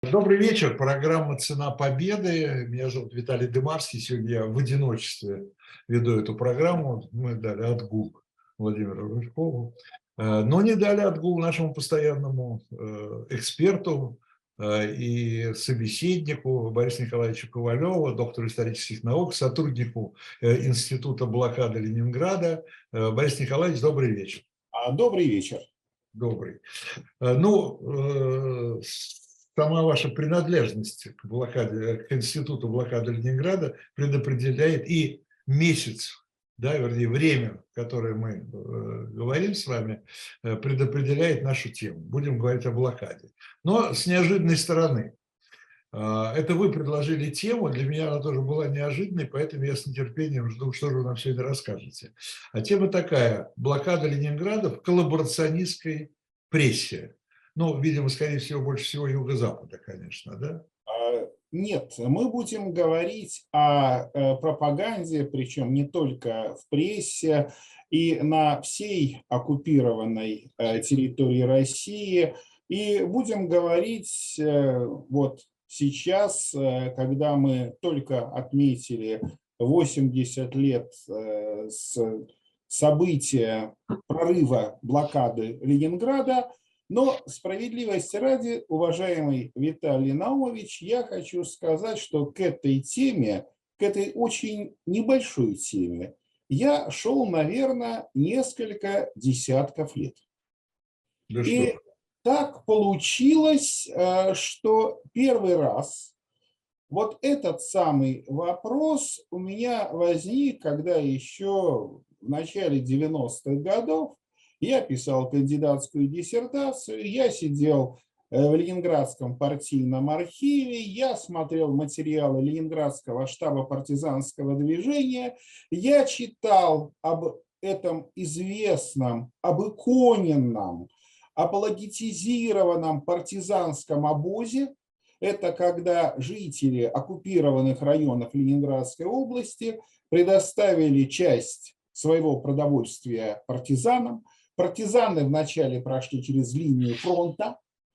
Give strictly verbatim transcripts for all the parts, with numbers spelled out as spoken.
Добрый вечер. Программа «Цена победы». Меня зовут Виталий Дымарский. Сегодня я в одиночестве веду эту программу. Мы дали отгул Владимиру Рыжкову. Э, Но не дали отгул нашему постоянному э, эксперту э, и собеседнику Борису Николаевичу Ковалеву, доктору исторических наук, сотруднику э, Института блокады Ленинграда. Э, Борис Николаевич, добрый вечер. А, Добрый вечер. Добрый. Э, Ну, э, сама ваша принадлежность к блокаде, к институту блокады Ленинграда предопределяет и месяц, да, вернее, время, в которое мы э, говорим с вами, э, предопределяет нашу тему. Будем говорить о блокаде. Но с неожиданной стороны. А, Это вы предложили тему, для меня она тоже была неожиданной, поэтому я с нетерпением жду, что же вы нам сегодня расскажете. А тема такая: блокада Ленинграда в коллаборационистской прессе. Ну, видимо, скорее всего, больше всего Юго-Запада, конечно, да? А, Нет, мы будем говорить о э, пропаганде, причем не только в прессе, и на всей оккупированной э, территории России. И будем говорить э, вот сейчас, э, когда мы только отметили восемьдесят лет э, с события прорыва блокады Ленинграда. Но справедливости ради, уважаемый Виталий Наумович, я хочу сказать, что к этой теме, к этой очень небольшой теме, я шел, наверное, несколько десятков лет. Да что? И так получилось, э, что первый раз вот этот самый вопрос у меня возник, когда еще в начале девяностых годов я писал кандидатскую диссертацию, я сидел в Ленинградском партийном архиве, я смотрел материалы Ленинградского штаба партизанского движения, я читал об этом известном, об иконенном, апологетизированном партизанском обозе. Это когда жители оккупированных районов Ленинградской области предоставили часть своего продовольствия партизанам. Партизаны вначале прошли через линию фронта,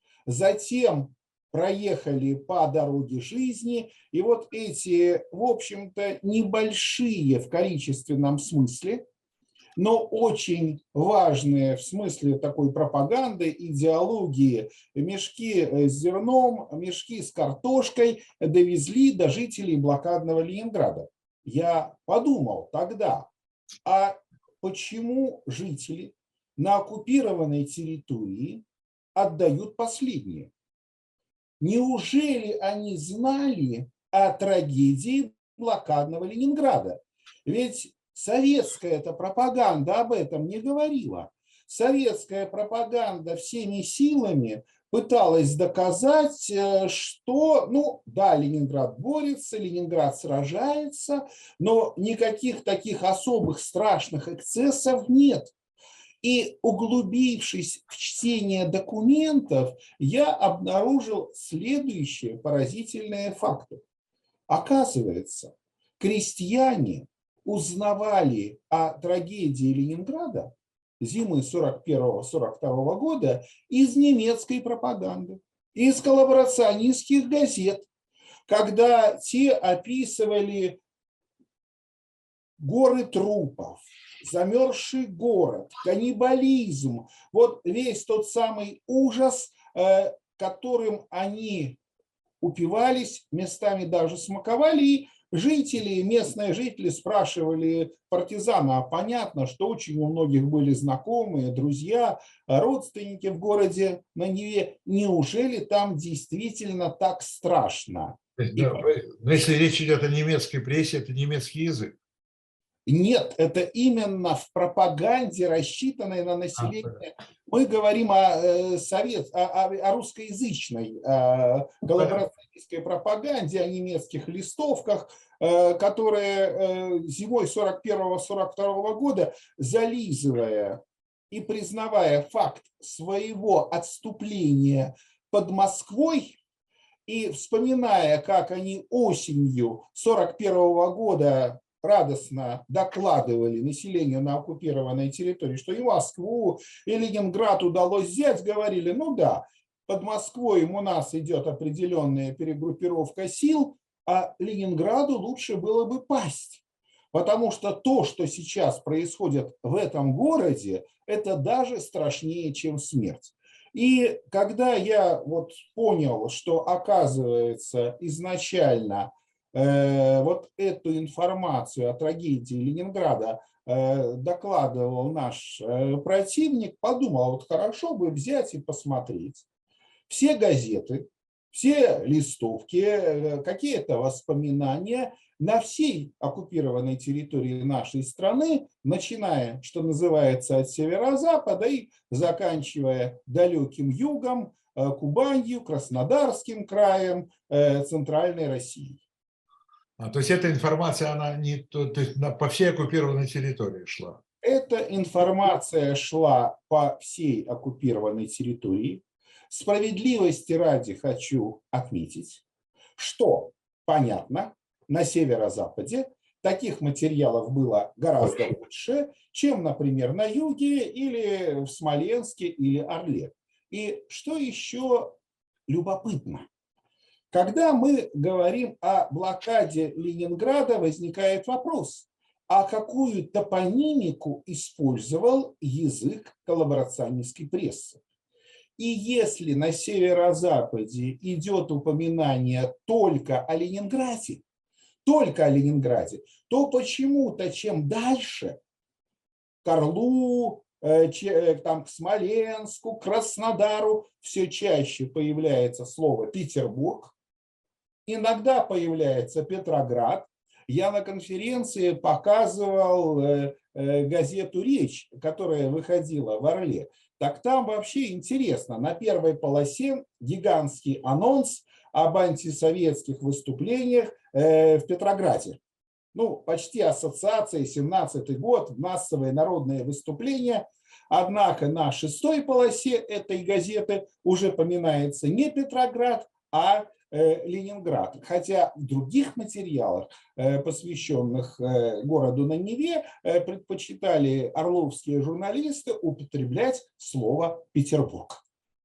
затем проехали по дороге жизни. И вот эти, в общем-то, небольшие в количественном смысле, но очень важные в смысле такой пропаганды, идеологии, мешки с зерном, мешки с картошкой довезли до жителей блокадного Ленинграда. Я подумал тогда, а почему жители на оккупированной территории отдают последнее? Неужели они знали о трагедии блокадного Ленинграда? Ведь советская эта пропаганда об этом не говорила. Советская пропаганда всеми силами пыталась доказать, что, ну да, Ленинград борется, Ленинград сражается, но никаких таких особых страшных эксцессов нет. И углубившись в чтение документов, я обнаружил следующие поразительные факты. Оказывается, крестьяне узнавали о трагедии Ленинграда зимы сорок первого — сорок второго года из немецкой пропаганды, из коллаборационистских газет, когда те описывали горы трупов, замерзший город, каннибализм, вот весь тот самый ужас, которым они упивались, местами даже смаковали, и жители, местные жители спрашивали партизана, а понятно, что очень у многих были знакомые, друзья, родственники в городе на Неве, неужели там действительно так страшно? И Да, но если речь идет о немецкой прессе, это немецкий язык. Нет, это именно в пропаганде, рассчитанной на население. А, Мы говорим о, совет, о, о русскоязычной коллаборационистской пропаганде, о немецких листовках, которые зимой сорок первого — сорок второго года, зализывая и признавая факт своего отступления под Москвой, и вспоминая, как они осенью сорок первого года радостно докладывали населению на оккупированной территории, что и Москву, и Ленинград удалось взять, говорили, ну да, под Москвой у нас идет определенная перегруппировка сил, а Ленинграду лучше было бы пасть. Потому что то, что сейчас происходит в этом городе, это даже страшнее, чем смерть. И когда я вот понял, что, оказывается, изначально э, вот эту информацию о трагедии Ленинграда э, докладывал наш э, противник, подумал, вот хорошо бы взять и посмотреть все газеты, все листовки, э, какие-то воспоминания на всей оккупированной территории нашей страны, начиная, что называется, от северо-запада и заканчивая далеким югом, э, Кубанью, Краснодарским краем, э, Центральной Россией. А, то есть эта информация, она не то, то есть на, по всей оккупированной территории шла? Эта информация шла по всей оккупированной территории. Справедливости ради хочу отметить, что, понятно, на северо-западе таких материалов было гораздо больше, чем, например, на юге или в Смоленске или Орле. И что еще любопытно, когда мы говорим о блокаде Ленинграда, возникает вопрос, а какую топонимику использовал язык коллаборационистской прессы? И если на северо-западе идет упоминание только о Ленинграде, только о Ленинграде, то почему-то чем дальше к Орлу, там, к Смоленску, к Краснодару все чаще появляется слово Петербург, иногда появляется Петроград. Я на конференции показывал газету «Речь», которая выходила в Орле. Так там вообще интересно. На первой полосе гигантский анонс об антисоветских выступлениях в Петрограде. Ну, почти ассоциация, семнадцатый год, массовые народные выступления. Однако на шестой полосе этой газеты уже поминается не Петроград, а Ленинград. Хотя в других материалах, посвященных городу на Неве, предпочитали орловские журналисты употреблять слово «Петербург».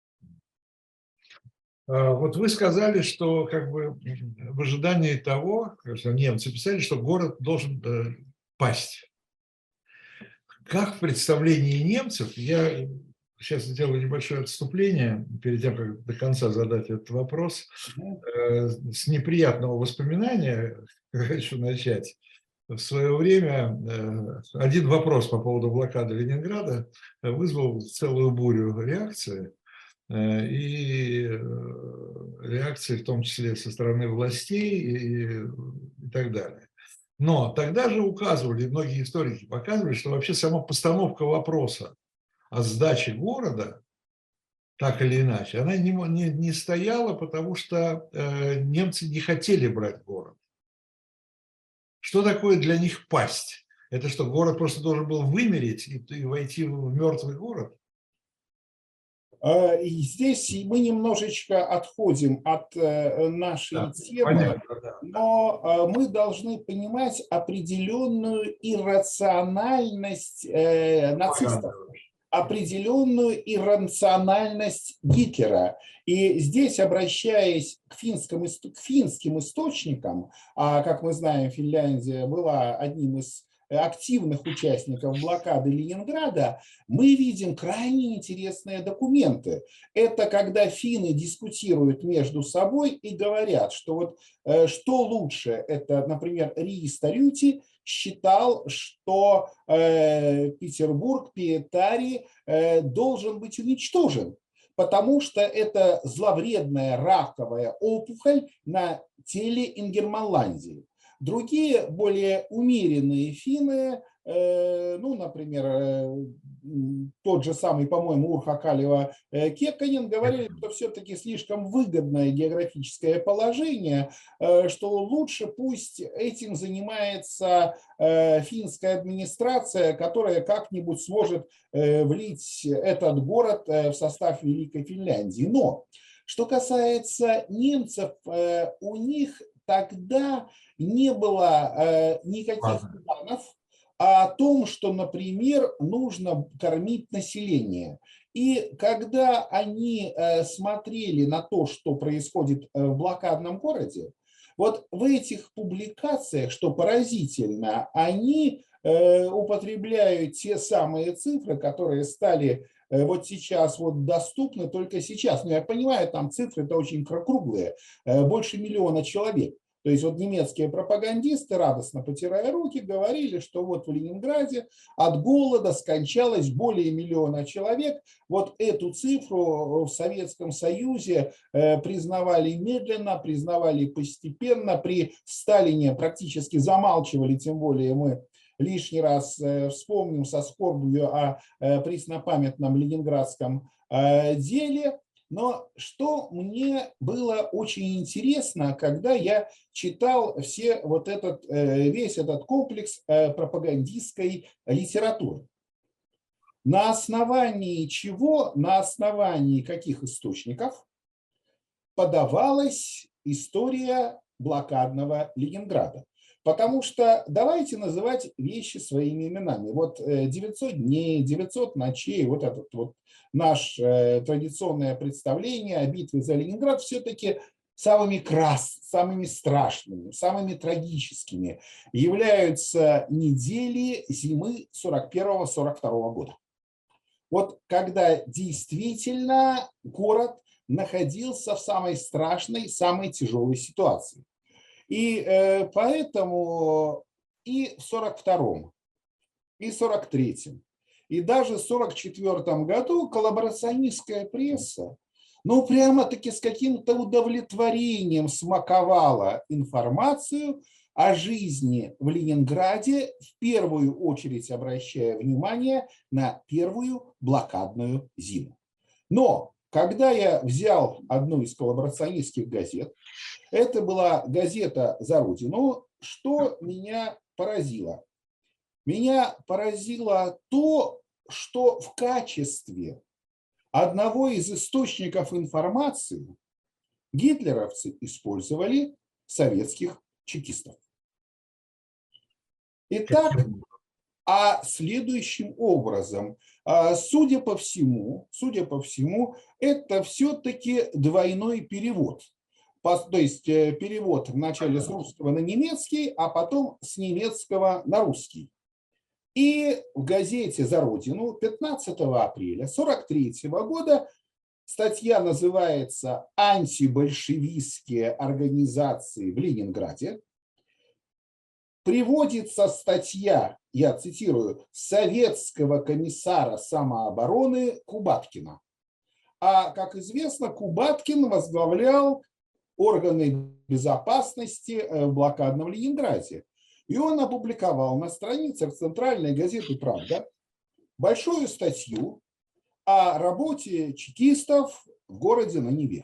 Вот вы сказали, что как бы в ожидании того, что немцы писали, что город должен пасть. Как в представлении немцев, я сейчас сделаю небольшое отступление, перед тем, как до конца задать этот вопрос, с неприятного воспоминания хочу начать. В свое время один вопрос по поводу блокады Ленинграда вызвал целую бурю реакции. И реакции, в том числе со стороны властей и, и так далее. Но тогда же указывали, многие историки показывали, что вообще сама постановка вопроса о сдаче города, так или иначе, она не, не, не стояла, потому что э, немцы не хотели брать город. Что такое для них пасть? Это что, город просто должен был вымереть и, и войти в мертвый город? И здесь мы немножечко отходим от нашей да, темы, понятно, да. Но мы должны понимать определенную иррациональность нацистов, определенную иррациональность Гитлера. И здесь, обращаясь к финским, к финским источникам, а, как мы знаем, Финляндия была одним из активных участников блокады Ленинграда, мы видим крайне интересные документы. Это когда финны дискутируют между собой и говорят, что вот что лучше, это, например, Риста Рюти считал, что э, Петербург, Пиетари э, должен быть уничтожен, потому что это зловредная раковая опухоль на теле Ингерманландии. Другие, более умеренные финны, э, ну, например, э, тот же самый, по-моему, Урха Калева э, Кекканен, говорили, что все-таки слишком выгодное географическое положение, э, что лучше пусть этим занимается э, финская администрация, которая как-нибудь сможет э, влить этот город э, в состав Великой Финляндии. Но что касается немцев, э, у них тогда не было э, никаких планов о том, что, например, нужно кормить население. И когда они смотрели на то, что происходит в блокадном городе, вот в этих публикациях, что поразительно, они употребляют те самые цифры, которые стали вот сейчас вот доступны только сейчас. Но я понимаю, там цифры-то очень круглые, больше миллиона человек. То есть вот немецкие пропагандисты, радостно потирая руки, говорили, что вот в Ленинграде от голода скончалось более миллиона человек. Вот эту цифру в Советском Союзе признавали медленно, признавали постепенно. При Сталине практически замалчивали, тем более мы лишний раз вспомним со скорбью о преснопамятном ленинградском деле. Но что мне было очень интересно, когда я читал все вот этот, весь этот комплекс пропагандистской литературы. На основании чего, на основании каких источников подавалась история блокадного Ленинграда? Потому что давайте называть вещи своими именами. Вот девятьсот дней, девятьсот ночей, вот этот вот наше традиционное представление о битве за Ленинград все-таки самыми красными, самыми страшными, самыми трагическими являются недели зимы сорок первого — сорок второго года. Вот когда действительно город находился в самой страшной, самой тяжелой ситуации. И э, поэтому и в сорок втором, и в сорок третьем, и даже в сорок четвёртом году коллаборационистская пресса, ну, прямо-таки с каким-то удовлетворением смаковала информацию о жизни в Ленинграде, в первую очередь обращая внимание на первую блокадную зиму. Но когда я взял одну из коллаборационистских газет, это была газета «За Родину», что меня поразило? Меня поразило то, что в качестве одного из источников информации гитлеровцы использовали советских чекистов. Итак, а следующим образом, судя по всему, судя по всему, это все-таки двойной перевод. То есть перевод вначале с русского на немецкий, а потом с немецкого на русский. И в газете «За Родину» пятнадцатого апреля сорок третьего года статья называется «Антибольшевистские организации в Ленинграде». Приводится статья, я цитирую, советского комиссара самообороны Кубаткина. А, как известно, Кубаткин возглавлял органы безопасности в блокадном Ленинграде. И он опубликовал на страницах центральной газеты «Правда» большую статью о работе чекистов в городе на Неве.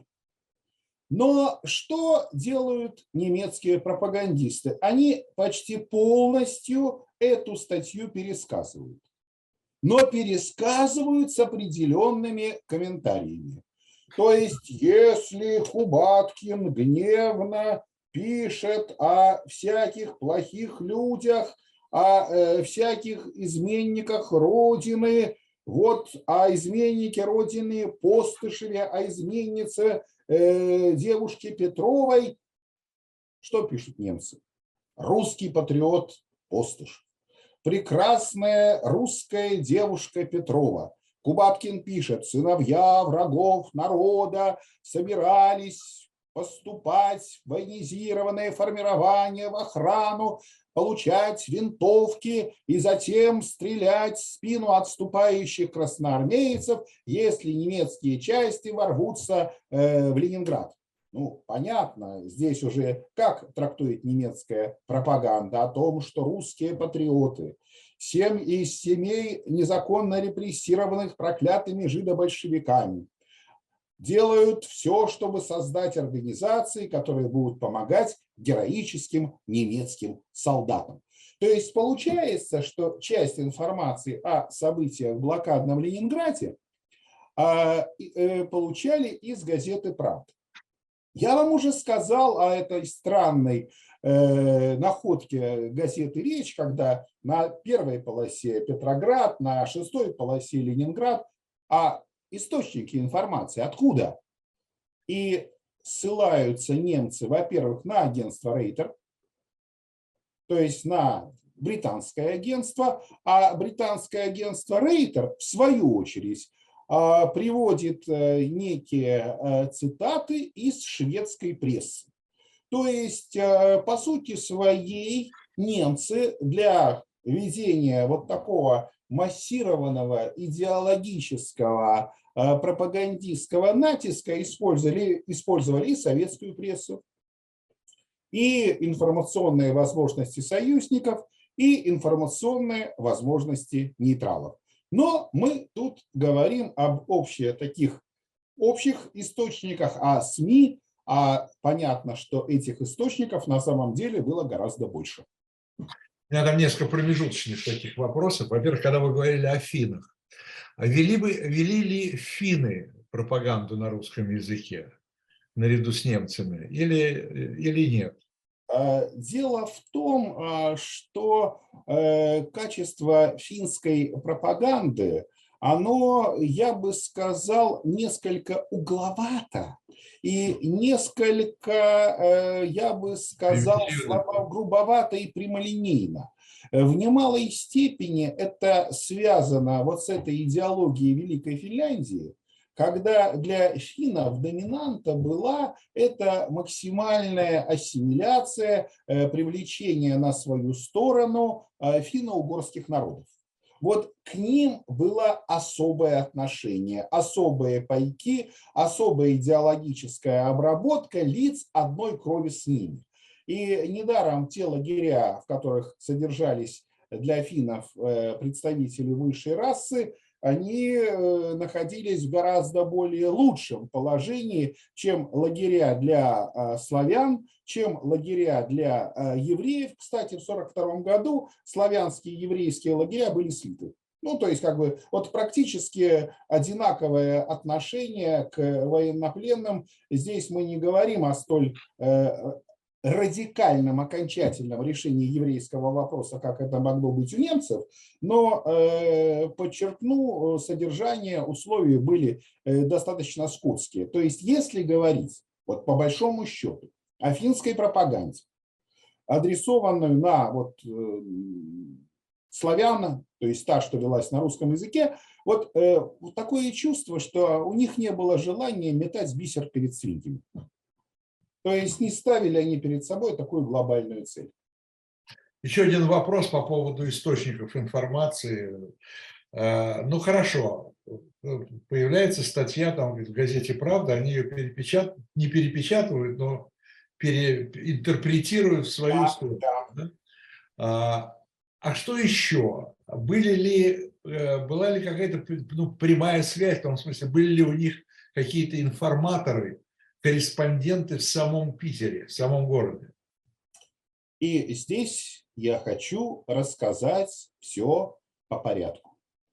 Но что делают немецкие пропагандисты? Они почти полностью эту статью пересказывают. Но пересказывают с определенными комментариями. То есть, если Кубаткин гневно пишет о всяких плохих людях, о э, всяких изменниках Родины, вот о изменнике Родины Постышеве, о изменнице э, девушке Петровой, что пишут немцы? Русский патриот Постышев. Прекрасная русская девушка Петрова. Кубаткин пишет: сыновья врагов народа собирались поступать в военизированное формирование, в охрану, получать винтовки и затем стрелять в спину отступающих красноармейцев, если немецкие части ворвутся э, в Ленинград. Ну, понятно, здесь уже как трактует немецкая пропаганда о том, что русские патриоты, семь из семей незаконно репрессированных проклятыми жидобольшевиками, делают все, чтобы создать организации, которые будут помогать героическим немецким солдатам. То есть получается, что часть информации о событиях в блокадном Ленинграде получали из газеты «Правда». Я вам уже сказал о этой странной э, находке газеты «Речь», когда на первой полосе Петроград, на шестой полосе Ленинград, а источники информации. Откуда? И ссылаются немцы, во-первых, на агентство Рейтер, то есть на британское агентство, а британское агентство Рейтер, в свою очередь, приводит некие цитаты из шведской прессы. То есть, по сути своей, немцы для ведения вот такого массированного идеологического пропагандистского натиска использовали, использовали и советскую прессу, и информационные возможности союзников, и информационные возможности нейтралов. Но мы тут говорим об общих таких общих источниках, о СМИ, а понятно, что этих источников на самом деле было гораздо больше. У меня там несколько промежуточных таких вопросов. Во-первых, когда вы говорили о финнах, вели, бы, вели ли финны пропаганду на русском языке наряду с немцами или, или нет? Дело в том, что качество финской пропаганды, оно, я бы сказал, несколько угловато и несколько, я бы сказал, слабо, грубовато и прямолинейно. В немалой степени это связано вот с этой идеологией Великой Финляндии, когда для финнов доминанта была это максимальная ассимиляция, привлечение на свою сторону финно-угорских народов. Вот к ним было особое отношение, особые пайки, особая идеологическая обработка лиц одной крови с ними. И недаром те лагеря, в которых содержались для финнов представители высшей расы, они находились в гораздо более лучшем положении, чем лагеря для славян, чем лагеря для евреев. Кстати, в сорок втором году славянские и еврейские лагеря были слиты. Ну, то есть, как бы, вот практически одинаковое отношение к военнопленным. Здесь мы не говорим о столь радикальном окончательном решении еврейского вопроса, как это могло быть у немцев, но, э, подчеркну, содержание условий были э, достаточно скотские. То есть, если говорить, вот по большому счету, о финской пропаганде, адресованную на вот, э, славян, то есть та, что велась на русском языке, вот, э, вот такое чувство, что у них не было желания метать бисер перед свиньями. То есть не ставили они перед собой такую глобальную цель. Еще один вопрос по поводу источников информации. Ну хорошо, появляется статья там в газете «Правда», они ее перепечат... не перепечатывают, но переинтерпретируют в свою Да, сторону. да. Да? А, а что еще? Были ли, была ли какая-то ну, прямая связь, в том смысле, были ли у них какие-то информаторы, корреспонденты в самом Питере, в самом городе? И здесь я хочу рассказать все по порядку.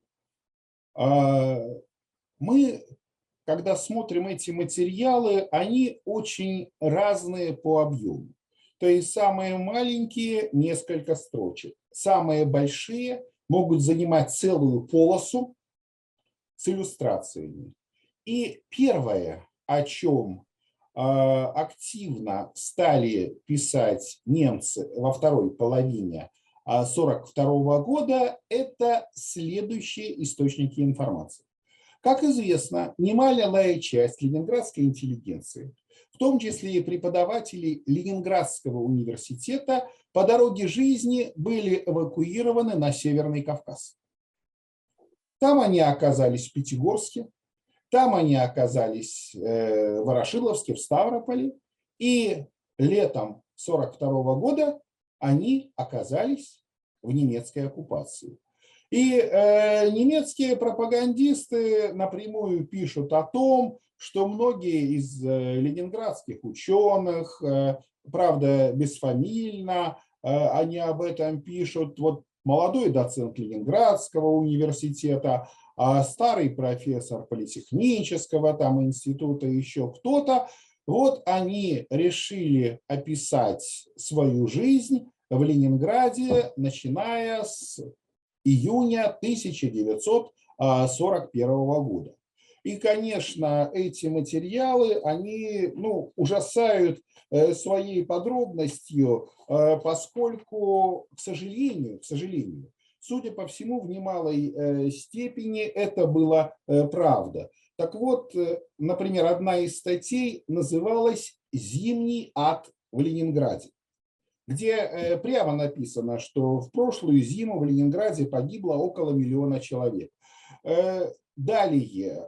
Мы, когда смотрим эти материалы, они очень разные по объему. То есть самые маленькие – несколько строчек. Самые большие могут занимать целую полосу с иллюстрациями. И первое, о чем активно стали писать немцы во второй половине сорок второго года, это следующие источники информации. Как известно, немалая часть ленинградской интеллигенции, в том числе и преподаватели Ленинградского университета, по дороге жизни были эвакуированы на Северный Кавказ. Там они оказались в Пятигорске, там они оказались в Ворошиловске, в Ставрополе, и летом сорок второго года они оказались в немецкой оккупации. И э, немецкие пропагандисты напрямую пишут о том, что многие из э, ленинградских ученых, э, правда, бесфамильно, э, они об этом пишут. Вот молодой доцент Ленинградского университета, а старый профессор политехнического там института, еще кто-то, вот они решили описать свою жизнь в Ленинграде, начиная с июня тысяча девятьсот сорок первого года. И, конечно, эти материалы, они ну, ужасают своей подробностью, поскольку, к сожалению, к сожалению, судя по всему, в немалой степени это была правда. Так вот, например, одна из статей называлась «Зимний ад в Ленинграде», где прямо написано, что в прошлую зиму в Ленинграде погибло около миллиона человек. Далее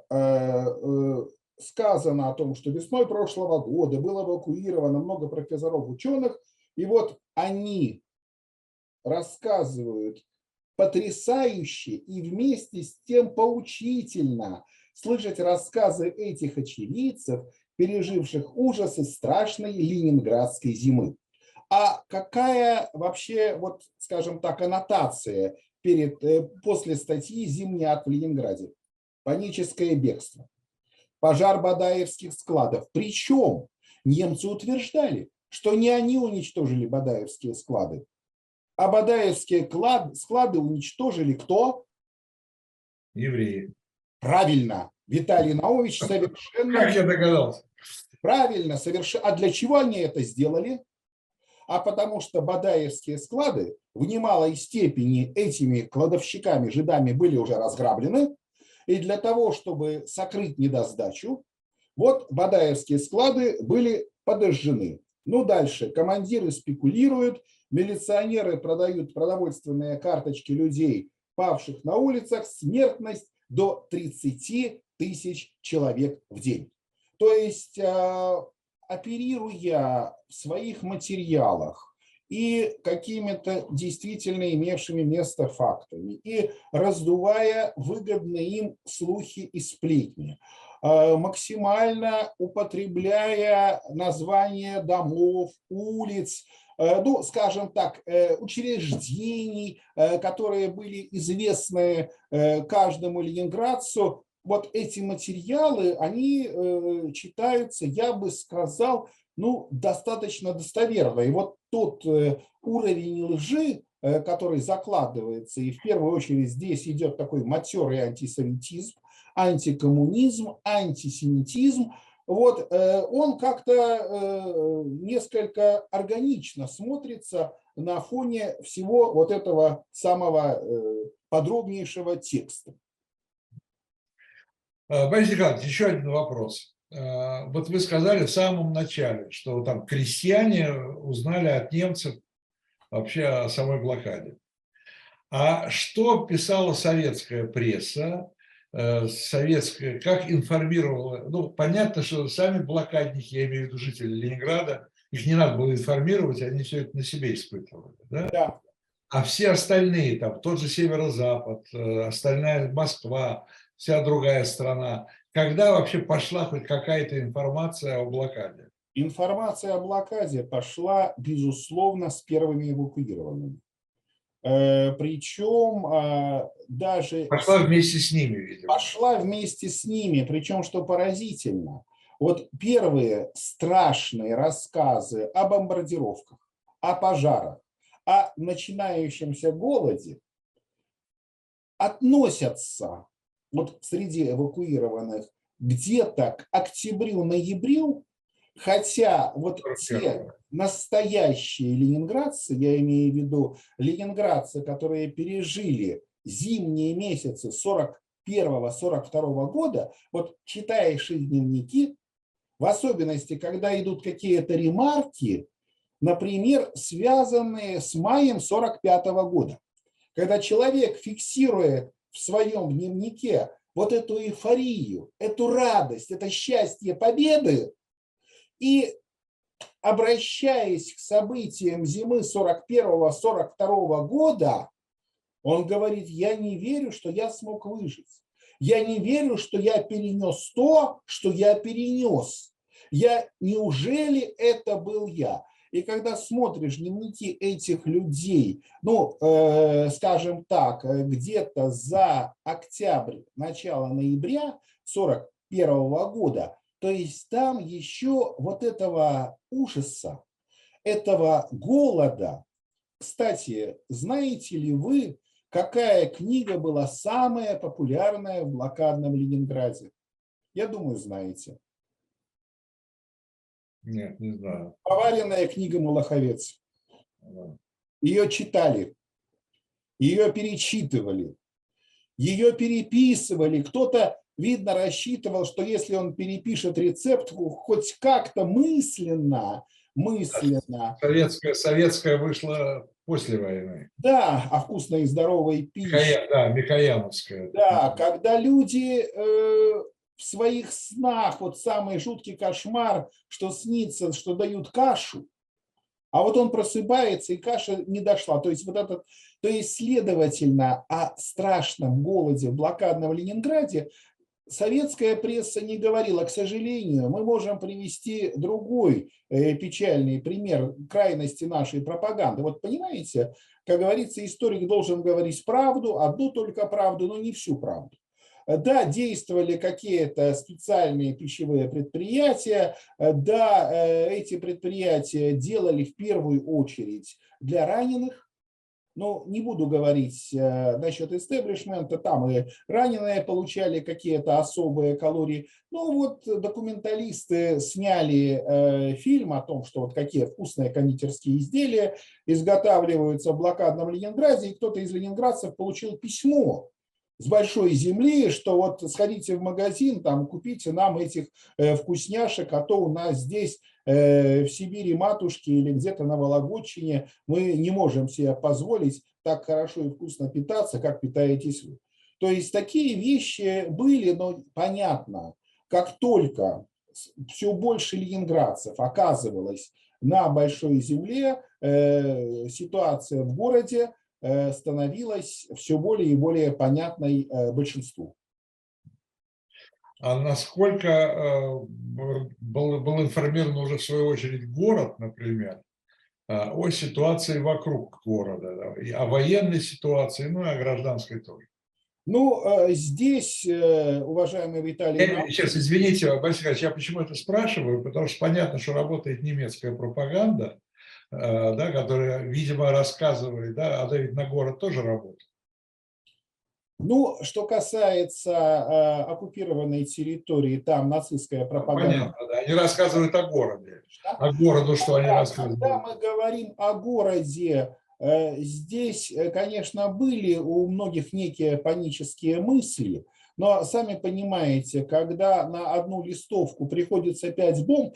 сказано о том, что весной прошлого года было эвакуировано много профессоров, ученых, и вот они рассказывают потрясающе и вместе с тем поучительно слышать рассказы этих очевидцев, переживших ужасы страшной ленинградской зимы. А какая вообще, вот, скажем так, аннотация перед, после статьи «Зимний ад в Ленинграде»? Паническое бегство. Пожар бадаевских складов. Причем немцы утверждали, что не они уничтожили бадаевские склады, а бадаевские склады уничтожили кто? Евреи. Правильно. Виталий Наумович совершенно... Как я догадался? Правильно, совершенно. А для чего они это сделали? А потому что бадаевские склады в немалой степени этими кладовщиками, жидами были уже разграблены. И для того, чтобы сокрыть недосдачу, вот бадаевские склады были подожжены. Ну, дальше командиры спекулируют, милиционеры продают продовольственные карточки людей, павших на улицах, смертность до тридцати тысяч человек в день. То есть, оперируя в своих материалах и какими-то действительно имевшими место фактами, и раздувая выгодные им слухи и сплетни, максимально употребляя названия домов, улиц, ну, скажем так, учреждений, которые были известны каждому ленинградцу, вот эти материалы, они читаются, я бы сказал, ну, достаточно достоверно. И вот тот уровень лжи, который закладывается, и в первую очередь здесь идет такой матерый антисоветизм, антикоммунизм, антисемитизм, вот, он как-то несколько органично смотрится на фоне всего вот этого самого подробнейшего текста. Борис Николаевич, еще один вопрос. Вот вы сказали в самом начале, что там крестьяне узнали от немцев вообще о самой блокаде. А что писала советская пресса, советская, как информировала? Ну, понятно, что сами блокадники, я имею в виду жители Ленинграда, их не надо было информировать, они все это на себе испытывали. Да? Да. А все остальные, там тот же Северо-Запад, остальная Москва, вся другая страна, когда вообще пошла хоть какая-то информация о блокаде? Информация о блокаде пошла, безусловно, с первыми эвакуированными. Причем даже... Пошла вместе с ними, видимо. Пошла вместе с ними, причем, что поразительно, вот первые страшные рассказы о бомбардировках, о пожарах, о начинающемся голоде относятся вот среди эвакуированных где-то к октябрю-ноябрю, хотя вот те настоящие ленинградцы, я имею в виду ленинградцы, которые пережили зимние месяцы сорок первого — сорок второго года, вот читаешь их дневники, в особенности, когда идут какие-то ремарки, например, связанные с маем сорок пятого года, когда человек фиксирует в своем дневнике вот эту эйфорию, эту радость, это счастье победы, и, обращаясь к событиям зимы сорок первого — сорок второго года, он говорит: я не верю, что я смог выжить. Я не верю, что я перенес то, что я перенес. Я, неужели это был я? И когда смотришь дневники этих людей, ну, э, скажем так, где-то за октябрь, начало ноября сорок первого года, то есть там еще вот этого ужаса, этого голода. Кстати, знаете ли вы, какая книга была самая популярная в блокадном Ленинграде? Я думаю, знаете. Нет, не знаю. Поваренная книга «Малаховец». Да. Ее читали, ее перечитывали, ее переписывали. Кто-то, видно, рассчитывал, что если он перепишет рецепт хоть как-то мысленно, мысленно, Советская, советская вышла после войны. да, о вкусной и здоровой пище. Микоя- да, Микояновская. Да, когда люди э, в своих снах, вот самый жуткий кошмар, что снится, что дают кашу, а вот он просыпается, и каша не дошла. То есть, вот этот, то есть, следовательно, о страшном голоде в блокадном Ленинграде советская пресса не говорила. К сожалению, мы можем привести другой э, печальный пример крайности нашей пропаганды. Вот понимаете, как говорится, историк должен говорить правду, одну только правду, но не всю правду. Да, действовали какие-то специальные пищевые предприятия, да, эти предприятия делали в первую очередь для раненых. Ну, не буду говорить э, насчет истеблишмента, там и раненые получали какие-то особые калории. Ну, вот документалисты сняли э, фильм о том, что вот какие вкусные кондитерские изделия изготавливаются в блокадном Ленинграде, и кто-то из ленинградцев получил письмо с большой земли, что вот сходите в магазин, там купите нам этих э, вкусняшек, а то у нас здесь э, в Сибири матушки или где-то на Вологодчине мы не можем себе позволить так хорошо и вкусно питаться, как питаетесь вы. То есть такие вещи были, но понятно, как только все больше ленинградцев оказывалось на большой земле, э, ситуация в городе становилась все более и более понятной большинству. А насколько э, был, был информирован уже в свою очередь город, например, э, о ситуации вокруг города, да, и о военной ситуации, ну и о гражданской тоже? Ну, здесь, уважаемый Виталий... Я, сейчас, извините, Борис Николаевич, я почему это спрашиваю, потому что понятно, что работает немецкая пропаганда, да, которая, видимо, рассказывает, да, а да, ведь на город тоже работает. Ну, что касается э, оккупированной территории, там нацистская пропаганда. Понятно, да. Они рассказывают о городе. А городу что они рассказывают? Когда мы говорим о городе, э, здесь, конечно, были у многих некие панические мысли, но сами понимаете, когда на одну листовку приходится пять бомб,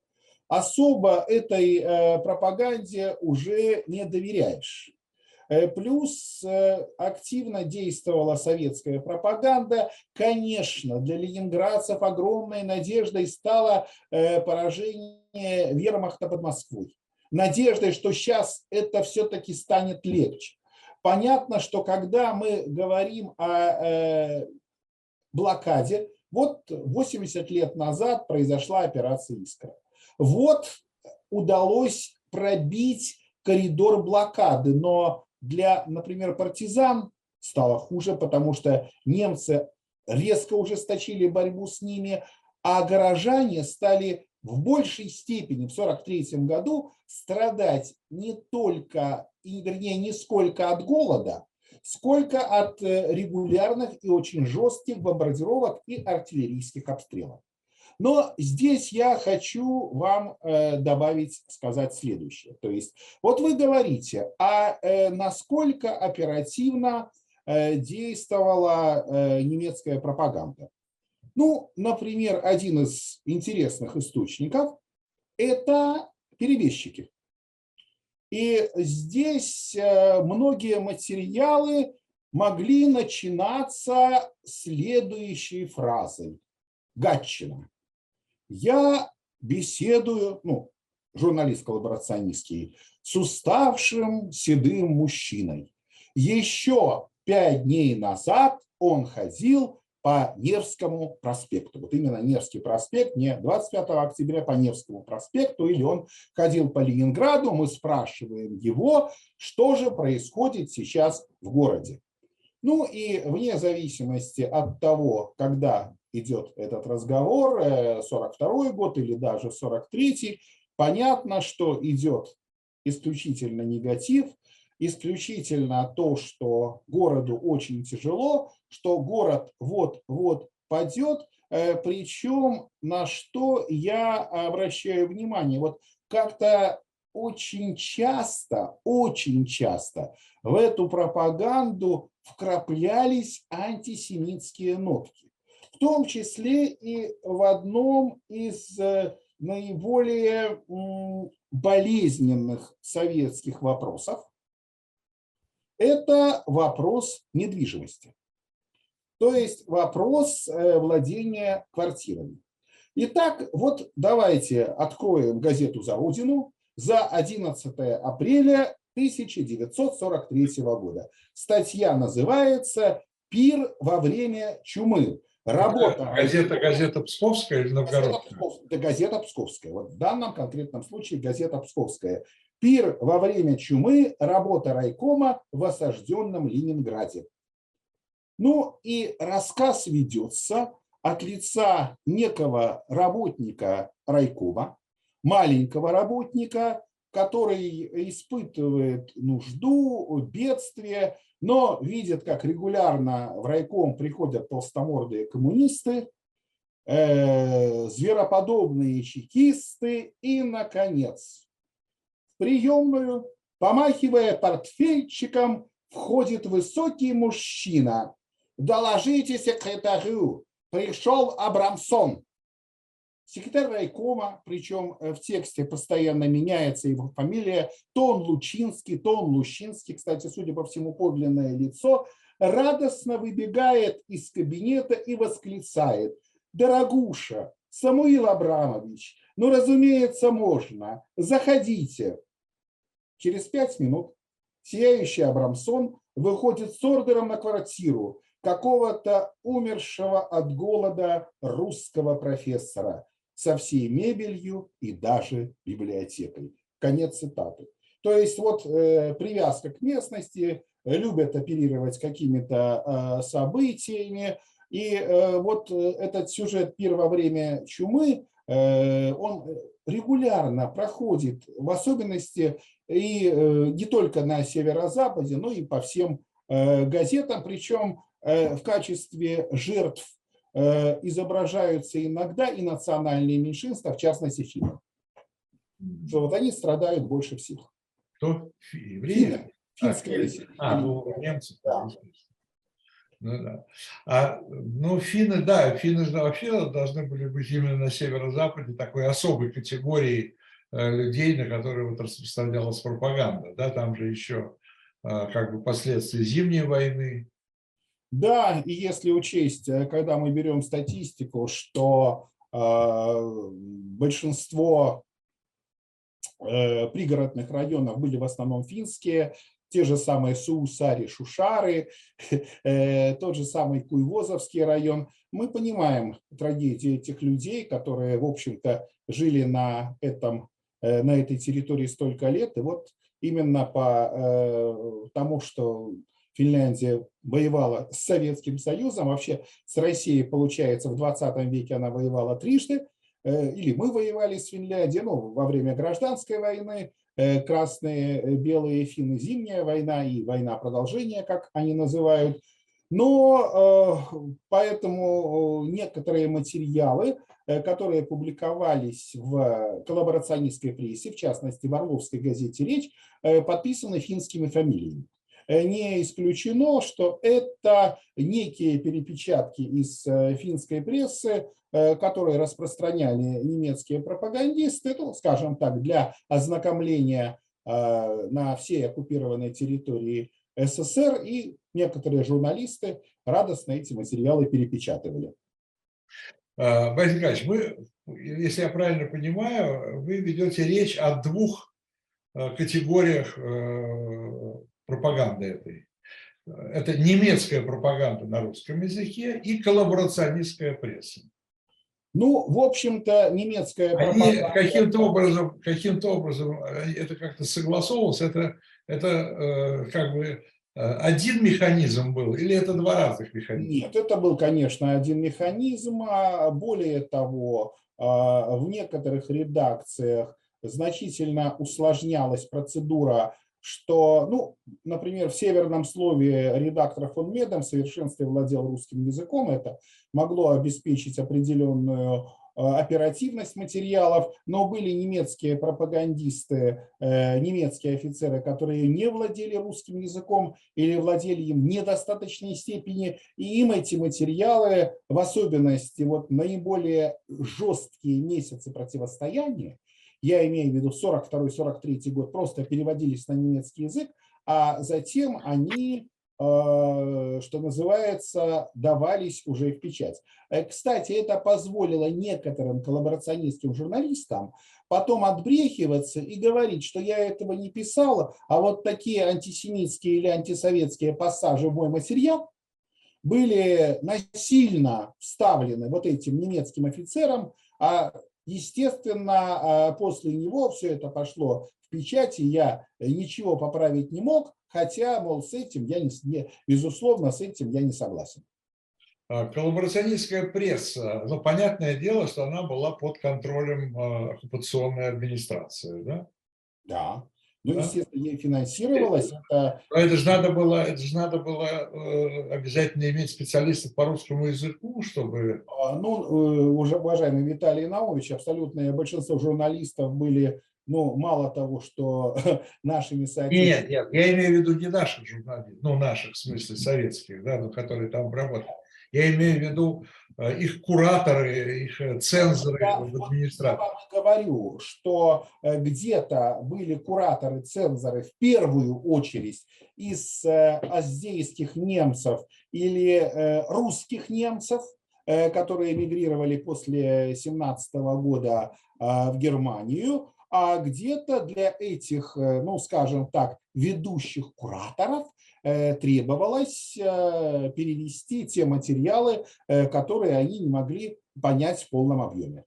особо этой э, пропаганде уже не доверяешь. Плюс активно действовала советская пропаганда. Конечно, для ленинградцев огромной надеждой стало поражение вермахта под Москвой. Надеждой, что сейчас это все-таки станет легче. Понятно, что когда мы говорим о блокаде, вот восемьдесят лет назад произошла операция «Искра». Вот удалось пробить коридор блокады, но для, например, партизан стало хуже, потому что немцы резко ужесточили борьбу с ними, а горожане стали в большей степени в сорок третьем году страдать не только, вернее, не сколько от голода, сколько от регулярных и очень жестких бомбардировок и артиллерийских обстрелов. Но здесь я хочу вам добавить, сказать следующее. То есть, вот вы говорите, а насколько оперативно действовала немецкая пропаганда? Ну, например, один из интересных источников – это перебежчики. И здесь многие материалы могли начинаться следующей фразой. Гатчина. Я беседую, ну, журналист-коллаборационистский, с уставшим седым мужчиной. Еще пять дней назад он ходил по Невскому проспекту. Вот именно Невский проспект, не двадцать пятого октября, по Невскому проспекту, или он ходил по Ленинграду. Мы спрашиваем его, что же происходит сейчас в городе. Ну и вне зависимости от того, когда идет этот разговор, сорок второй год или даже сорок третий, понятно, что идет исключительно негатив, исключительно то, что городу очень тяжело, что город вот-вот падет, Причем на что я обращаю внимание, вот как-то очень часто, очень часто в эту пропаганду вкраплялись антисемитские нотки, в том числе и в одном из наиболее болезненных советских вопросов. Это вопрос недвижимости, то есть вопрос владения квартирами. Итак, вот давайте откроем газету «За Родину» за одиннадцатое апреля тысяча девятьсот сорок третьего года. Статья называется «Пир во время чумы». Работа... Газета, газета Псковская или Новгородская? Это газета Псковская. Вот в данном конкретном случае газета Псковская. «Пир во время чумы. Работа райкома в осажденном Ленинграде». Ну и рассказ ведется от лица некого работника райкома, маленького работника, который испытывает нужду, бедствие, но видит, как регулярно в райком приходят толстомордые коммунисты, э, звероподобные чекисты и, наконец, в приемную, помахивая портфельчиком, входит высокий мужчина. «Доложите секретарю, пришел Абрамсон». Секретарь райкома, причем в тексте постоянно меняется его фамилия, то он Лучинский, то он Лущинский, кстати, судя по всему, подлинное лицо, радостно выбегает из кабинета и восклицает: «Дорогуша, Самуил Абрамович, ну, разумеется, можно, заходите». Через пять минут сияющий Абрамсон выходит с ордером на квартиру какого-то умершего от голода русского профессора со всей мебелью и даже библиотекой. Конец цитаты. То есть вот э, привязка к местности, любят оперировать какими-то э, событиями. И э, вот этот сюжет «Пир во время чумы», э, он регулярно проходит, в особенности и э, не только на северо-западе, но и по всем э, газетам, причем э, в качестве жертв э, изображаются иногда и национальные меньшинства, в частности финны. Что вот они страдают больше всех. Кто? Евреи? Финское население. А, ну, немцы. Да. Ну, да. А, ну, финны, да, финны же вообще должны были быть именно на северо-западе такой особой категорией э, людей, на которые вот распространялась пропаганда. Да, там же еще э, как бы последствия Зимней войны. Да, и если учесть, когда мы берем статистику, что э, большинство э, пригородных районов были в основном финские, те же самые Суусари, Шушары, э, тот же самый Куйвозовский район, мы понимаем трагедию этих людей, которые, в общем-то, жили на, этом, э, на этой территории столько лет. И вот именно по э, тому, что Финляндия воевала с Советским Союзом, вообще с Россией, получается, в двадцатом веке она воевала трижды, или мы воевали с Финляндией, ну, во время гражданской войны, красные, белые финны, зимняя война и война продолжения, как они называют. Но поэтому некоторые материалы, которые публиковались в коллаборационистской прессе, в частности в Орловской газете «Речь», подписаны финскими фамилиями. Не исключено, что это некие перепечатки из финской прессы, которые распространяли немецкие пропагандисты, ну, скажем так, для ознакомления на всей оккупированной территории СССР, и некоторые журналисты радостно эти материалы перепечатывали. Борис Николаевич, вы, если я правильно понимаю, вы ведете речь о двух категориях пропаганды этой. Это немецкая пропаганда на русском языке и коллаборационистская пресса. Ну, в общем-то, немецкая пропаганда... Каким-то образом, каким-то образом это как-то согласовывалось, это, это как бы один механизм был или это два разных механизма? Нет, это был, конечно, один механизм. Более того, в некоторых редакциях значительно усложнялась процедура что, ну, например, в северном слове редактор фон Медом в совершенстве владел русским языком, это могло обеспечить определенную оперативность материалов, но были немецкие пропагандисты, немецкие офицеры, которые не владели русским языком или владели им в недостаточной степени, и им эти материалы, в особенности вот наиболее жесткие месяцы противостояния, я имею в виду сорок второй — сорок третий год, просто переводились на немецкий язык, а затем они, что называется, давались уже в печать. Кстати, это позволило некоторым коллаборационистским журналистам потом отбрехиваться и говорить, что я этого не писала, а вот такие антисемитские или антисоветские пассажи в мой материал были насильно вставлены вот этим немецким офицерам, а естественно, после него все это пошло в печати, я ничего поправить не мог, хотя, мол, с этим я не, безусловно, с этим я не согласен. Коллаборационистская пресса, ну, понятное дело, что она была под контролем оккупационной администрации, да? Да. Ну, да? естественно, ей финансировалось. Это... Но это же надо было, это же надо было обязательно иметь специалистов по русскому языку, чтобы... Ну, уже, уважаемый Виталий Наумович, абсолютное большинство журналистов были, ну, мало того, что нашими соотечественниками... Нет, нет, я имею в виду не наших журналистов, ну, наших, в смысле, советских, да, ну, которые там работали. Я имею в виду их кураторы, их цензоры я, в администрации. Я вам говорю, что где-то были кураторы, цензоры в первую очередь из аздейских немцев или русских немцев, которые эмигрировали после семнадцатого года в Германию, а где-то для этих, ну, скажем так, ведущих кураторов требовалось перевести те материалы, которые они не могли понять в полном объеме.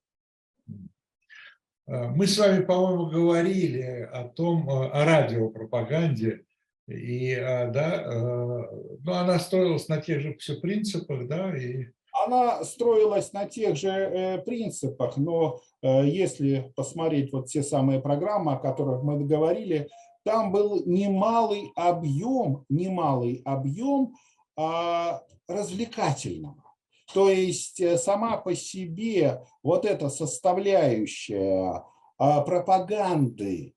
Мы с вами, по-моему, говорили о том, о радиопропаганде, и, да, ну, она строилась на тех же все принципах, да, и... Она строилась на тех же принципах, но если посмотреть вот те самые программы, о которых мы говорили, там был немалый объем, немалый объем а, развлекательного. То есть сама по себе вот эта составляющая а, пропаганды,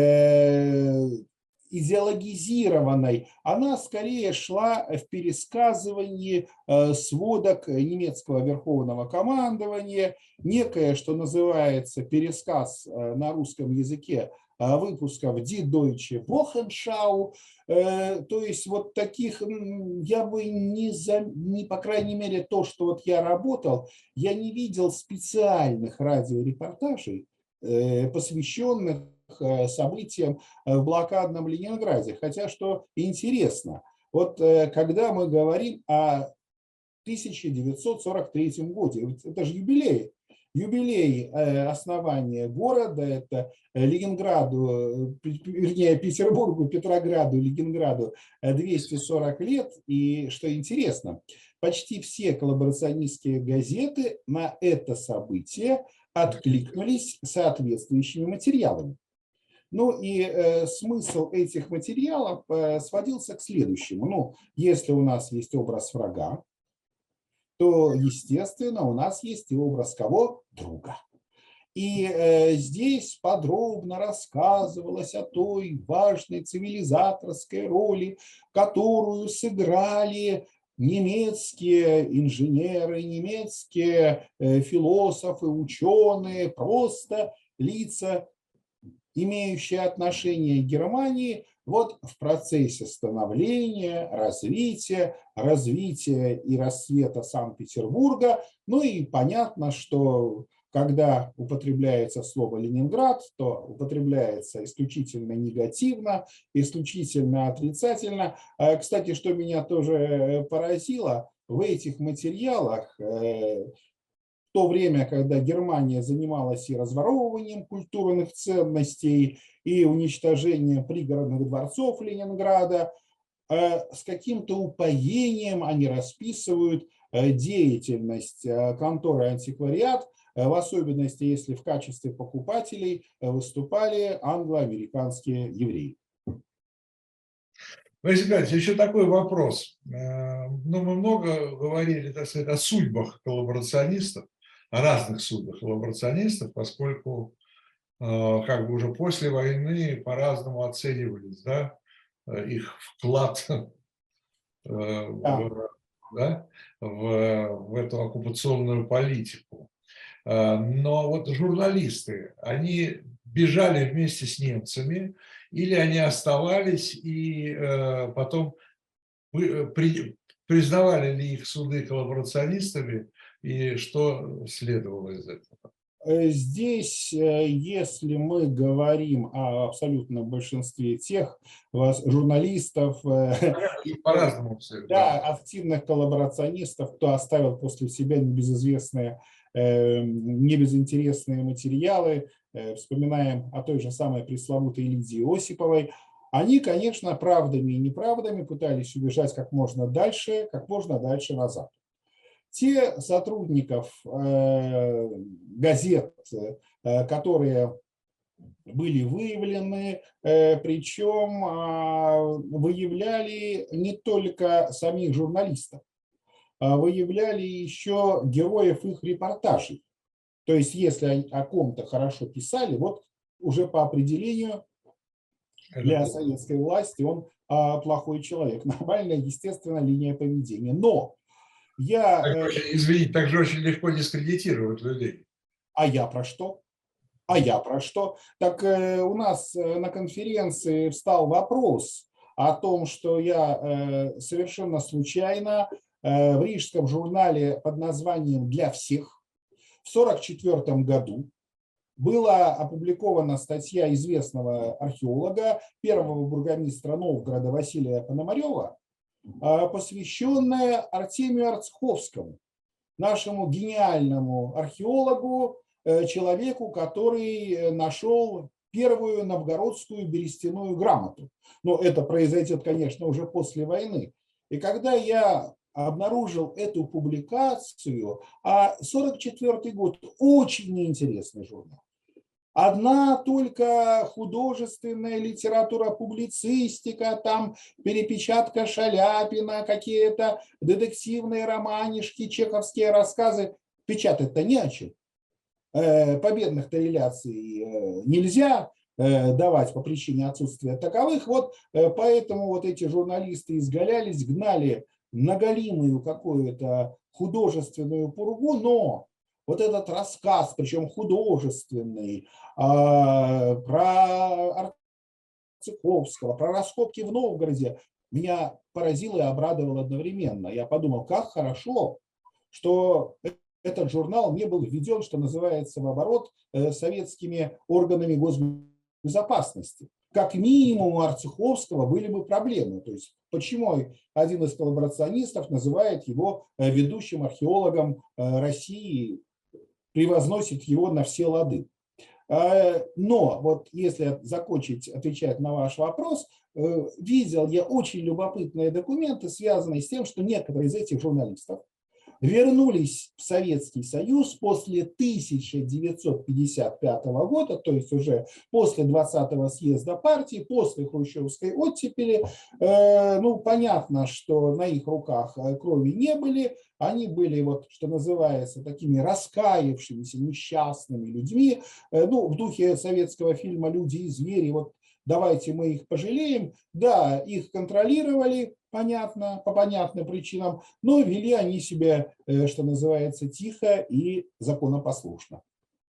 э, идеологизированной, она скорее шла в пересказывании сводок немецкого верховного командования, некое, что называется, пересказ на русском языке выпусков Die Deutsche Wochenschau, то есть вот таких, я бы не, за, не, по крайней мере, то, что вот я работал, я не видел специальных радиорепортажей, посвященных событиям в блокадном Ленинграде. Хотя, что интересно, вот когда мы говорим о тысяча девятьсот сорок третьем годе, это же юбилей, юбилей основания города, это Ленинграду, вернее, Петербургу, Петрограду, Ленинграду двести сорок лет, и что интересно, почти все коллаборационистские газеты на это событие откликнулись соответствующими материалами. Ну и э, смысл этих материалов э, сводился к следующему. Ну, если у нас есть образ врага, то, естественно, у нас есть и образ кого? Друга. И э, здесь подробно рассказывалось о той важной цивилизаторской роли, которую сыграли немецкие инженеры, немецкие э, философы, ученые, просто лица, имеющие отношение к Германии, вот в процессе становления, развития, развития и расцвета Санкт-Петербурга. Ну и понятно, что когда употребляется слово «Ленинград», то употребляется исключительно негативно, исключительно отрицательно. Кстати, что меня тоже поразило, в этих материалах в то время, когда Германия занималась и разворовыванием культурных ценностей, и уничтожением пригородных дворцов Ленинграда, с каким-то упоением они расписывают деятельность конторы «Антиквариат», в особенности, если в качестве покупателей выступали англо-американские евреи. Василий Николаевич, еще такой вопрос. Ну, мы много говорили, так сказать, о судьбах коллаборационистов, о разных судьбах коллаборационистов, поскольку как бы уже после войны по-разному оценивались, да, их вклад в, да, в, в эту оккупационную политику. Но вот журналисты, они бежали вместе с немцами, или они оставались и потом признавали ли их суды коллаборационистами, и что следовало из этого? Здесь, если мы говорим о абсолютном большинстве тех журналистов, по-разному все, да, активных коллаборационистов, кто оставил после себя небезызвестные, небезынтересные материалы, вспоминаем о той же самой пресловутой Лидии Осиповой, они, конечно, правдами и неправдами пытались убежать как можно дальше, как можно дальше назад. Те сотрудников э, газет, э, которые были выявлены, э, причем э, выявляли не только самих журналистов, а выявляли еще героев их репортажей. То есть, если они о ком-то хорошо писали, вот уже по определению для советской власти он э, плохой человек. Нормальная, естественная линия поведения. Но я... Так, извините, так же очень легко дискредитировать людей. А я про что? А я про что? Так э, у нас на конференции встал вопрос о том, что я э, совершенно случайно э, в рижском журнале под названием «Для всех» в сорок четвёртом году была опубликована статья известного археолога, первого бургомистра Новгорода Василия Пономарева, посвященная Артемию Арцховскому, нашему гениальному археологу, человеку, который нашел первую новгородскую берестяную грамоту. Но это произойдет, конечно, уже после войны. И когда я обнаружил эту публикацию, а сорок четвёртый год очень неинтересный журнал. Одна только художественная литература, публицистика, там перепечатка Шаляпина, какие-то детективные романишки, чеховские рассказы. Печатать-то не о чем. Победных-то реляций нельзя давать по причине отсутствия таковых. Вот поэтому вот эти журналисты изгалялись, гнали наголимую какую-то художественную пургу, но вот этот рассказ, причем художественный, про Арцховского, про раскопки в Новгороде, меня поразило и обрадовало одновременно. Я подумал, как хорошо, что этот журнал не был введен, что называется, в оборот советскими органами госбезопасности. Как минимум у Арцховского были бы проблемы. То есть почему один из коллаборационистов называет его ведущим археологом России, превозносит его на все лады. Но вот если закончить отвечать на ваш вопрос, видел я очень любопытные документы, связанные с тем, что некоторые из этих журналистов вернулись в Советский Союз после тысяча девятьсот пятьдесят пятого года, то есть уже после двадцатого съезда партии, после хрущевской оттепели. Ну, понятно, что на их руках крови не были, они были, вот, что называется, такими раскаявшимися, несчастными людьми, ну, в духе советского фильма «Люди и звери», вот давайте мы их пожалеем. Да, их контролировали, понятно, по понятным причинам, но вели они себя, что называется, тихо и законопослушно.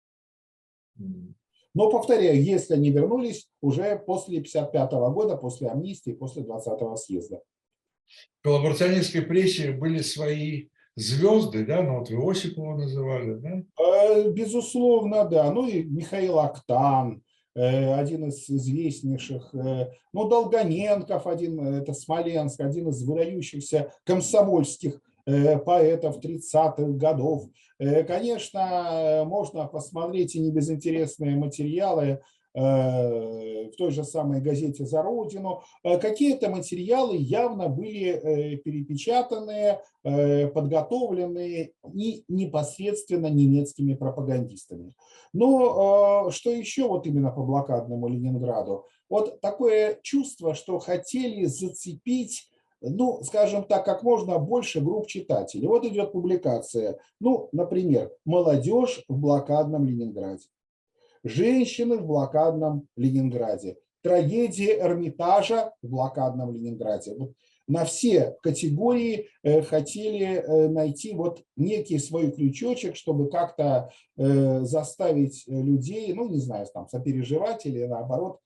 Но, повторяю, если они вернулись уже после пятьдесят пятого года, после амнистии, после двадцатого съезда. В коллаборационистской прессе были свои звезды, да, ну вот вы Осипова называли, да? Безусловно, да. Ну и Михаил Актан, один из известнейших, ну, Долгоненков, один, это Смоленск, один из выдающихся комсомольских поэтов тридцатых годов. Конечно, можно посмотреть и небезынтересные материалы в той же самой газете «За Родину». Какие-то материалы явно были перепечатаны, подготовлены и непосредственно немецкими пропагандистами. Но что еще вот именно по блокадному Ленинграду? Вот такое чувство, что хотели зацепить, ну, скажем так, как можно больше групп читателей. Вот идет публикация, ну, например, «Молодежь в блокадном Ленинграде», «Женщины в блокадном Ленинграде», «Трагедия Эрмитажа в блокадном Ленинграде». Вот на все категории хотели найти вот некий свой крючочек, чтобы как-то заставить людей, ну, не знаю, там, сопереживать или наоборот,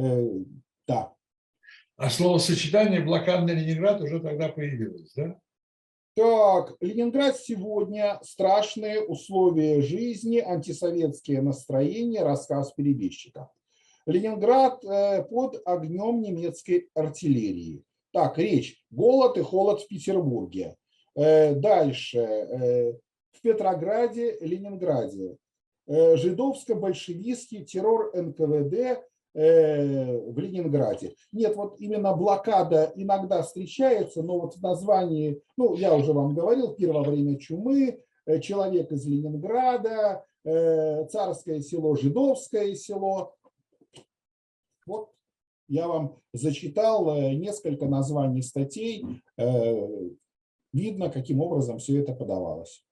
да. А словосочетание «блокадный Ленинград» уже тогда появилось, да? Так, Ленинград сегодня, страшные условия жизни, антисоветские настроения, рассказ перебежчика. Ленинград под огнем немецкой артиллерии. Так, речь: голод и холод в Петербурге. Дальше: в Петрограде, Ленинграде. Жидовско-большевистский террор эн ка вэ дэ в Ленинграде. Нет, вот именно блокада иногда встречается, но вот в названии, ну, я уже вам говорил, «Первое время чумы», «Человек из Ленинграда», «Царское село», «Жидовское село». Вот я вам зачитал несколько названий статей. Видно, каким образом все это подавалось.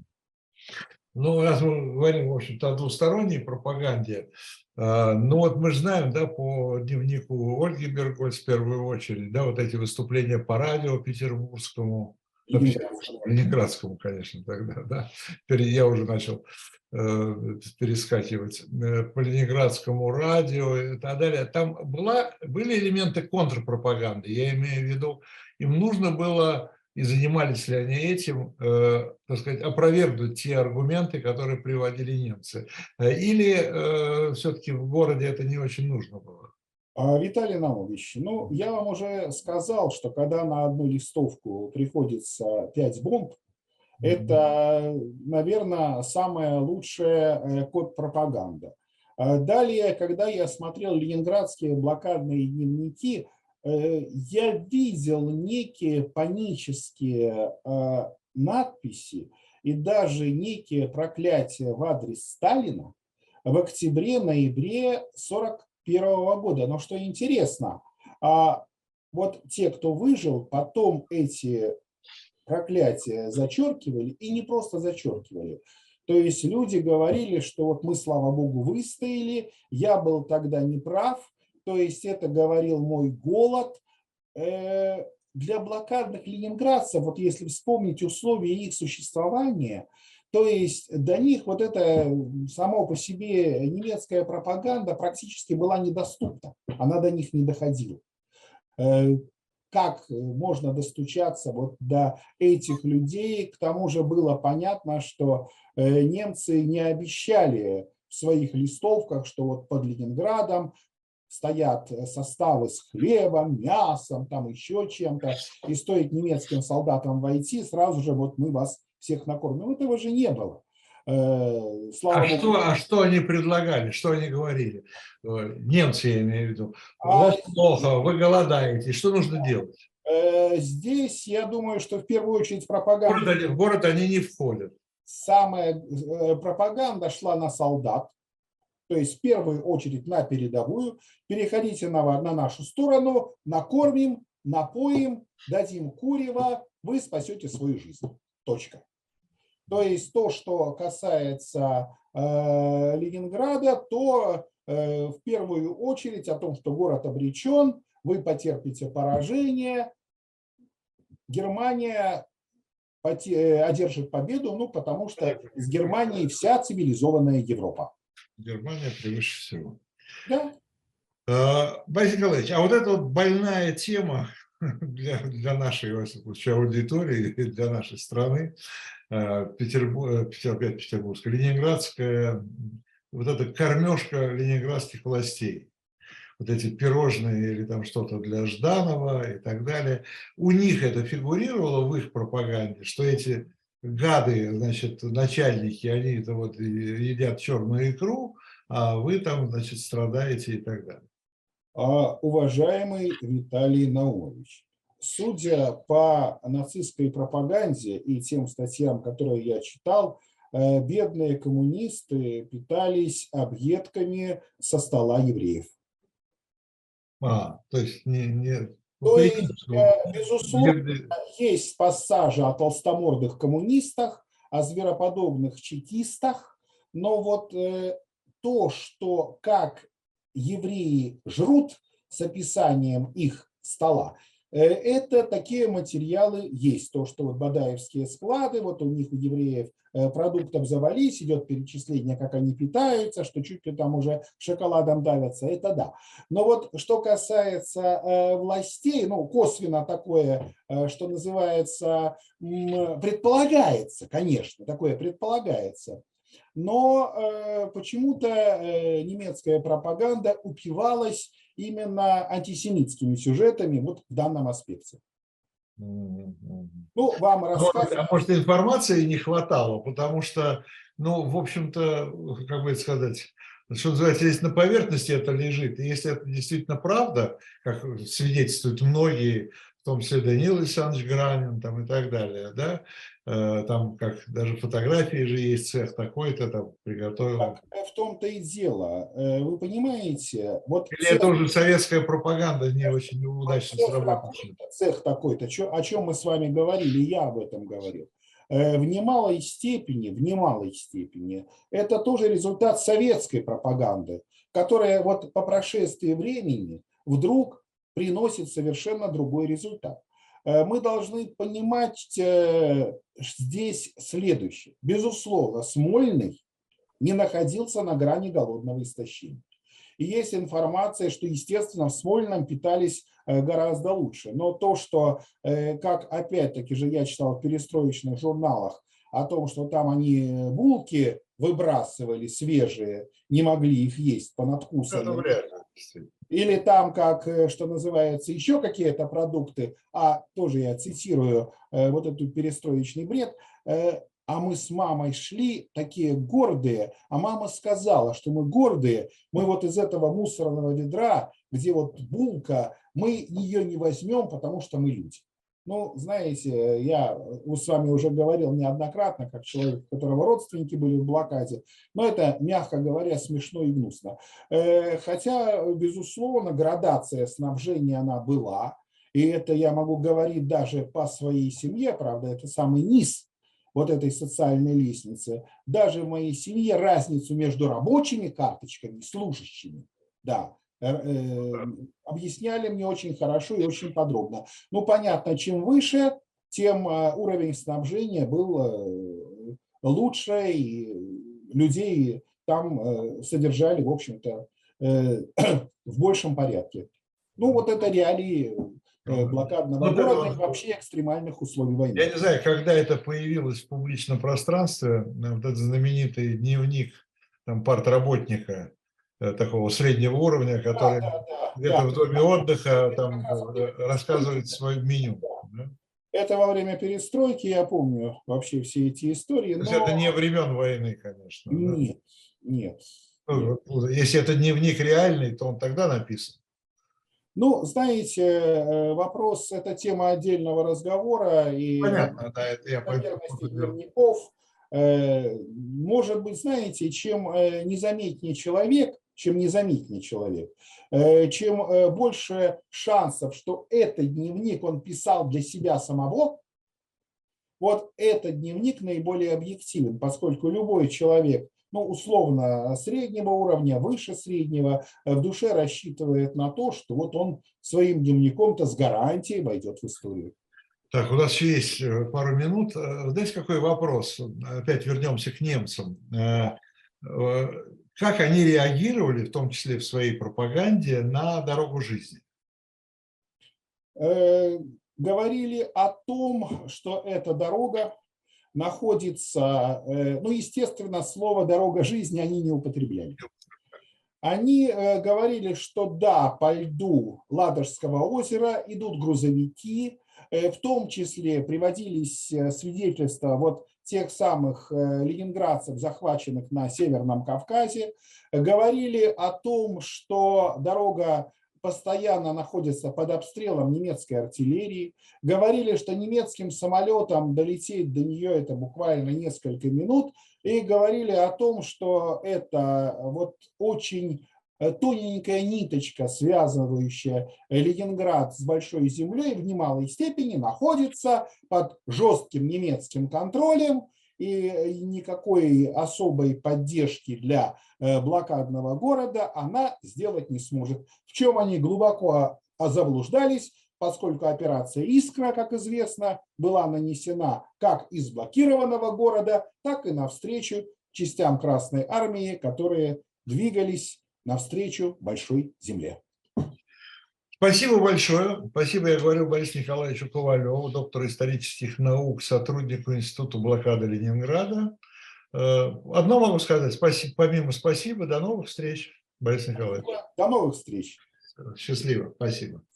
Ну, раз мы говорим, в общем-то, о двусторонней пропаганде, ну вот мы же знаем, да, по дневнику Ольги Бергольц в первую очередь, да, вот эти выступления по радио петербургскому, Ленинградскому, ленинградскому, конечно, тогда, да, я уже начал э, перескакивать, по ленинградскому радио и так далее. Там была, были элементы контрпропаганды, я имею в виду, им нужно было, и занимались ли они этим, э, так сказать, опровергнуть те аргументы, которые приводили немцы. Или э, все-таки в городе это не очень нужно было? Виталий Наумович, ну, я вам уже сказал, что когда на одну листовку приходится пять бомб, mm-hmm. это, наверное, самая лучшая контрпропаганда. Далее, когда я смотрел ленинградские блокадные дневники, я видел некие панические надписи и даже некие проклятия в адрес Сталина в октябре-ноябре сорок первого года. Но что интересно, вот те, кто выжил, потом эти проклятия зачеркивали, и не просто зачеркивали. То есть люди говорили, что вот мы, слава богу, выстояли, я был тогда неправ. То есть это говорил мой голод. Для блокадных ленинградцев, вот если вспомнить условия их существования, то есть до них вот эта само по себе немецкая пропаганда практически была недоступна. Она до них не доходила. Как можно достучаться вот до этих людей? К тому же было понятно, что немцы не обещали в своих листовках, что вот под Ленинградом стоят составы с хлебом, мясом, там еще чем-то, и стоит немецким солдатам войти, сразу же вот мы вас всех накормим. Этого же не было. Слава а, Богу. Что, а что они предлагали, что они говорили? Немцы, я имею в виду. У вас а плохо, вы голодаете, что нужно делать? Здесь, я думаю, что в первую очередь пропаганда... В город они, в город они не входят. Самая пропаганда шла на солдат. То есть в первую очередь на передовую. Переходите на, на нашу сторону, накормим, напоим, дадим курева, вы спасете свою жизнь. Точка. То есть то, что касается э, Ленинграда, то э, в первую очередь о том, что город обречен, вы потерпите поражение, Германия одержит победу, ну потому что с Германией вся цивилизованная Европа. Германия превыше всего. Да. Борис Николаевич, а вот эта вот больная тема для, для нашей аудитории и для нашей страны, Петербург, опять петербургская, ленинградская, вот эта кормежка ленинградских властей, вот эти пирожные или там что-то для Жданова и так далее, у них это фигурировало в их пропаганде, что эти гады, значит, начальники, они это вот едят черную икру, а вы там, значит, страдаете и так далее. А, Уважаемый Виталий Наумович, судя по нацистской пропаганде и тем статьям, которые я читал, э, бедные коммунисты питались объедками со стола евреев. А, то есть не, не, ну, То есть, поясните, что э, безусловно, бедные- есть пассажи о толстомордых коммунистах, о звероподобных чекистах, но вот э, то, что как евреи жрут с описанием их стола, э, это такие материалы есть. То, что вот бадаевские склады, вот у них у евреев э, продуктов завались, идет перечисление, как они питаются, что чуть ли там уже шоколадом давятся, это да. Но вот что касается э, властей, ну, косвенно такое, э, что называется, м, предполагается, конечно, такое предполагается, но э, почему-то э, немецкая пропаганда упивалась именно антисемитскими сюжетами вот в данном аспекте. Мгм, мгм. Ну, вам А может, рассказывать. а может, информации не хватало, потому что, ну, в общем-то, как бы это сказать, что называется, если на поверхности это лежит, и если это действительно правда, как свидетельствуют многие, в том числе Даниил Александрович Гранин там, и так далее, да, э, там как даже фотографии же есть, цех такой-то там приготовил. Так, э, в том-то и дело. Э, Вы понимаете, вот Или это цех уже советская пропаганда не очень удачно цех сработавшая? такой-то, цех такой-то, чё- о чем мы с вами говорили, я об этом говорил. Э, В немалой степени, в немалой степени, это тоже результат советской пропаганды, которая вот по прошествии времени вдруг приносит совершенно другой результат. Э, Мы должны понимать э, здесь следующее. Безусловно, Смольный не находился на грани голодного истощения. И есть информация, что, естественно, в Смольном питались э, гораздо лучше. Но то, что, э, как опять-таки же я читал в перестроечных журналах, о том, что там они булки выбрасывали свежие, не могли их есть Это понадкусанные. вряд ли, действительно. Или там, как, э, что называется, еще какие-то продукты, а тоже я цитирую э, вот этот перестроечный бред, э, а мы с мамой шли такие гордые, а мама сказала, что мы гордые, мы вот из этого мусорного ведра, где вот булка, мы ее не возьмем, потому что мы люди. Ну, знаете, я с вами уже говорил неоднократно, как человек, у которого родственники были в блокаде, но это, мягко говоря, смешно и гнусно. Э, Хотя, безусловно, градация снабжения она была, и это я могу говорить даже по своей семье, правда, это самый низ вот этой социальной лестницы. Даже в моей семье разницу между рабочими карточками и служащими, да, э, э, объясняли мне очень хорошо и очень подробно. Ну, понятно, чем выше, тем э, уровень снабжения был э, лучше, и людей там э, содержали, в общем-то, э, в большем порядке. Ну, вот это реалии э, блокадного Вот города и это, вообще экстремальных условий я войны. не знаю, когда это появилось в публичном пространстве, вот этот знаменитый дневник там, партработника э, такого среднего уровня, Да, который да, да, где-то да. в доме отдыха Это там как раз во э, время рассказывает перестройки. свое меню. Да? Это во время перестройки, я помню вообще все эти истории, То есть это но не времен войны, конечно. Да? нет, нет, нет. Ну, если это дневник реальный, то он тогда написан. Ну, знаете, э, вопрос – это тема отдельного разговора, и Понятно, да, это я пойду. достоверности дневников. э, Может быть, знаете, чем э, незаметнее человек, чем незаметнее человек, э, чем э, больше шансов, что этот дневник он писал для себя самого, вот этот дневник наиболее объективен, поскольку любой человек, ну, условно, среднего уровня, выше среднего, э, в душе рассчитывает на то, что вот он своим дневником-то с гарантией войдет в историю. Так, у нас еще есть э, пару минут. Э, Знаете, какой вопрос? Опять вернемся к немцам. Э, э, Как они реагировали, в том числе в своей пропаганде, на дорогу жизни? Э, Говорили о том, что эта дорога находится, э, ну, естественно, слово «дорога жизни» они не употребляли. Они э, говорили, что да, по льду Ладожского озера идут грузовики, э, в том числе приводились э, свидетельства вот тех самых ленинградцев, захваченных на Северном Кавказе, говорили о том, что дорога постоянно находится под обстрелом немецкой артиллерии, говорили, что немецким самолетам долететь до нее это буквально несколько минут, и говорили о том, что это вот очень тоненькая ниточка, связывающая Ленинград с большой землей, в немалой степени находится под жестким немецким контролем, и никакой особой поддержки для блокадного города она сделать не сможет. В чем они глубоко заблуждались, поскольку операция «Искра», как известно, была нанесена как из блокированного города, так и навстречу частям Красной Армии, которые двигались навстречу большой земле. Спасибо большое. Спасибо, я говорю Борису Николаевичу Ковалеву, доктору исторических наук, сотруднику Института блокады Ленинграда. Одно могу сказать, спасибо, помимо спасибо, до новых встреч, Борис Николаевич. До новых встреч. Счастливо, спасибо.